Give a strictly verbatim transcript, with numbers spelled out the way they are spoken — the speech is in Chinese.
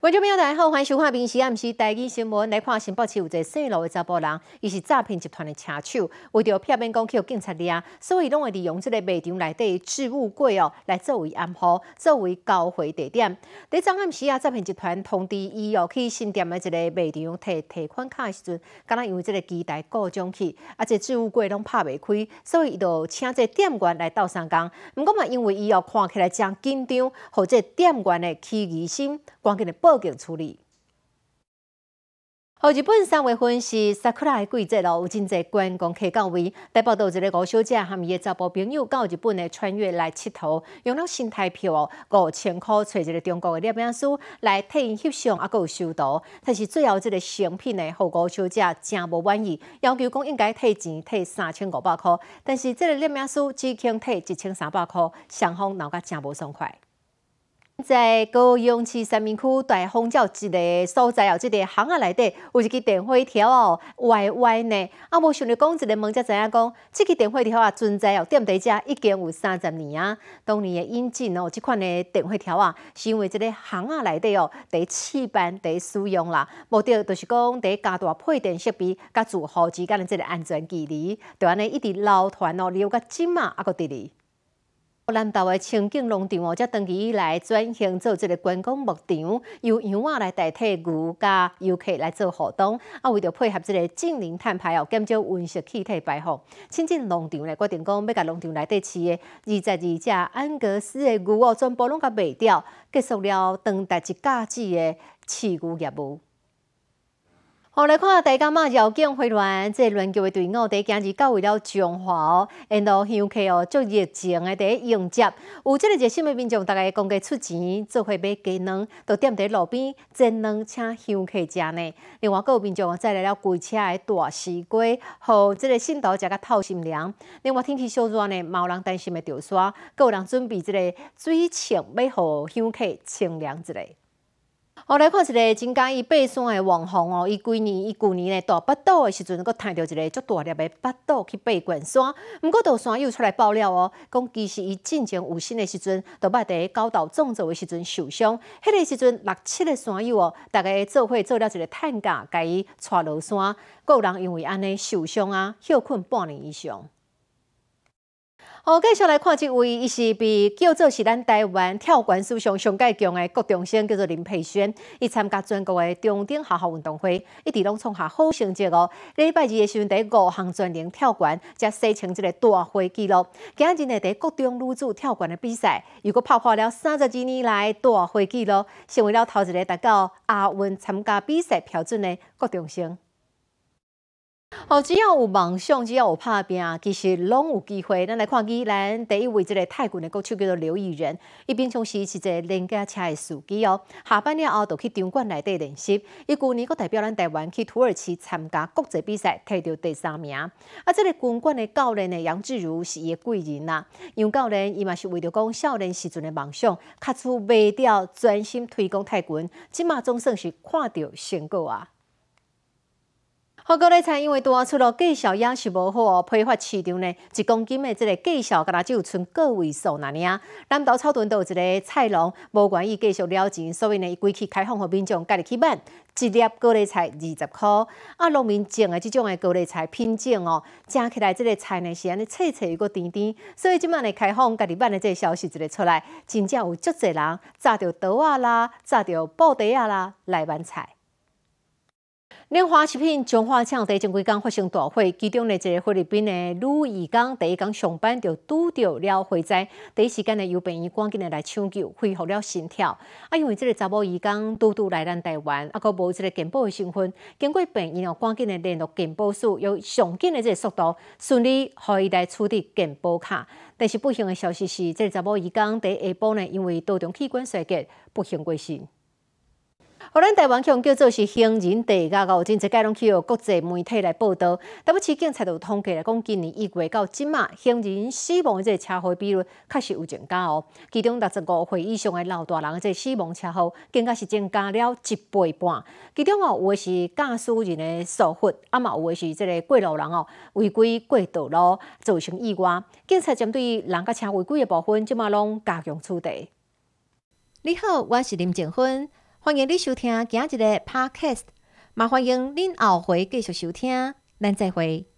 观众朋友大家好，欢迎收看《平时暗时台语新闻》。来看新北市有一个姓卢的查甫人，伊是诈骗集团的车手，为着避免讲去警察抓，所以拢会利用这个卖场内底置物柜哦，来作为暗号，作为交汇地点。在昨暗时啊，诈骗集团通知伊哦，去新店的一个卖场摕提款卡的时阵，敢若因为这个机台故障去，啊，这置物柜拢拍袂开，所以伊就请这店员来斗相共。不过嘛，因为伊哦看起来真紧张，或者店员的起疑心，赶紧的报警处理。后日本三月份是萨库拉的季节咯，有真侪观光客到位。台报道一个吴小姐和伊的查甫朋友到日本的穿越来佚佗，用了新台票哦五千块找一个中国的摄影师来替因翕相，啊，佮有收图。但是最后这个成品呢，互吴小姐真无满意，要求讲应该退钱退三千五百块，但是这个摄影师只肯退一千三百块，双方闹甲真无爽快。在高雄市三民区大丰角一个所在哦，即、这个巷仔内底有一支电火条哦，歪歪呢。啊，无想到讲一个问才知影讲，即支电火条啊存在哦，踮伫遮已经有三十年啊。当年的引进哦，即款的电火条啊，是因为即个巷仔内底哦，第试办第使用啦，目的就是讲第加大配电设备，甲住户之间的即个安全距离，就安尼一直流传哦，留到今嘛，还阁伫哩。南投的清境农场哦，才长期以来转型做这个观光牧场，由羊仔来代替牛，甲游客来做活动。啊，为着配合这个净零碳排哦，减少温室气体排放，清境农场咧决定讲要甲农场内底饲的二十二只安格斯的牛哦，全部拢甲卖掉，结束了长达一甲子的饲牛业务。好，来看大家嘛，绕境回銮，这銮桥的队伍在今日到位了彰化哦，沿路乡客哦，足热情的在迎接。有这个热心的民众，大家公家出钱做伙买鸡卵，都踮在路边煎卵请乡客食呢。另外，各有民众载来了规车的大西瓜，互这个信徒食甲透心凉。另外，天气小热呢，嘛有人担心的掉沙，各有人准备这个水枪，要互乡客清凉一下。后来看一个真介意爬山的网红哦，伊规年伊旧年呢大巴肚的时阵，佮趁到一个足大粒的巴肚去爬悬山。毋过，道山友出来爆料哦，讲其实伊进前有心的时阵，就捌伫高岛纵走的时阵受伤。迄个时阵六七个山友哦，大家做伙做了一个探架，甲伊带落山。佮有人因为安尼受伤啊，休困半年以上。好，继续来看这位，伊是被叫做是咱台湾跳悬史上上界强的国中生，叫做林佩萱。伊参加全国的中等学校运动会，一直拢创下好成绩哦。礼拜二的时阵，第五项全能跳悬，才洗清这个大会纪录。今日呢，在国中女子跳悬的比赛，又搁拍破了三十二年来大会纪录，成为了头一个达到亚运参加比赛标准的国中生。哦，只要有梦想，只要有打拼，其实拢有机会。咱来看宜兰第一位这个泰拳的国手叫做刘义仁，伊平常时是一个练家车的司机哦。下班了后，就去场馆内底练习。伊去年阁代表咱台湾去土耳其参加国际比赛，摕到第三名。啊，这个拳馆的教练呢，杨志如是伊的贵人啦。杨教练伊嘛是为着讲少年时阵的梦想，卡出卖掉，专心推广泰拳，即马总算是看到成果啊！好，高丽菜因为多出了价小也是无好哦，批发市场呢一公斤的这个价小，敢若只有剩个位数那尔。南投草屯都有一个菜农无愿意继续了钱，所以呢，伊规气开放互民众家己去买，一粒高丽菜二十块。啊，农民种的这种的高丽菜品种哦，食起来这个菜呢是安尼脆脆又个甜甜，所以即摆呢开放家己买的这个消息一个出来，真正有足侪人炸着刀啊啦，炸着布袋啊啦来买菜。莲花食品彰化厂第前几天发生大火，其中的一个菲律宾的女义工第一天上班就拄到了火灾，第一时间呢由病院赶紧的来抢救，恢复了心跳。啊，因为这个查某义工拄拄来咱台湾，啊，佮无这个健保的身份，经过病院哦赶紧的联络健保署，用上紧的这个速度，顺利互伊来处理健保卡。但是不幸的消息是，这个查某义工第下晡呢，因为多重器官衰竭，不幸过身。互咱台湾腔叫做是行人地价哦，真侪届拢去有国际媒体来报道。台北市警察就有统计来讲，今年一月到即马，行人死亡的这个车祸比率确实有增加哦。其中六十五岁以上的老大人的这死亡车祸，更加是增加了一倍半。其中哦，有的是驾驶人的疏忽，啊嘛有的是这个过路人哦违规过道路造成意外。警察针对人甲车违规的部分，即马拢加强处理。你好，我是林静芬。 欢迎你收听今日的 Podcast，嘛欢迎恁后回继续收听，咱再会。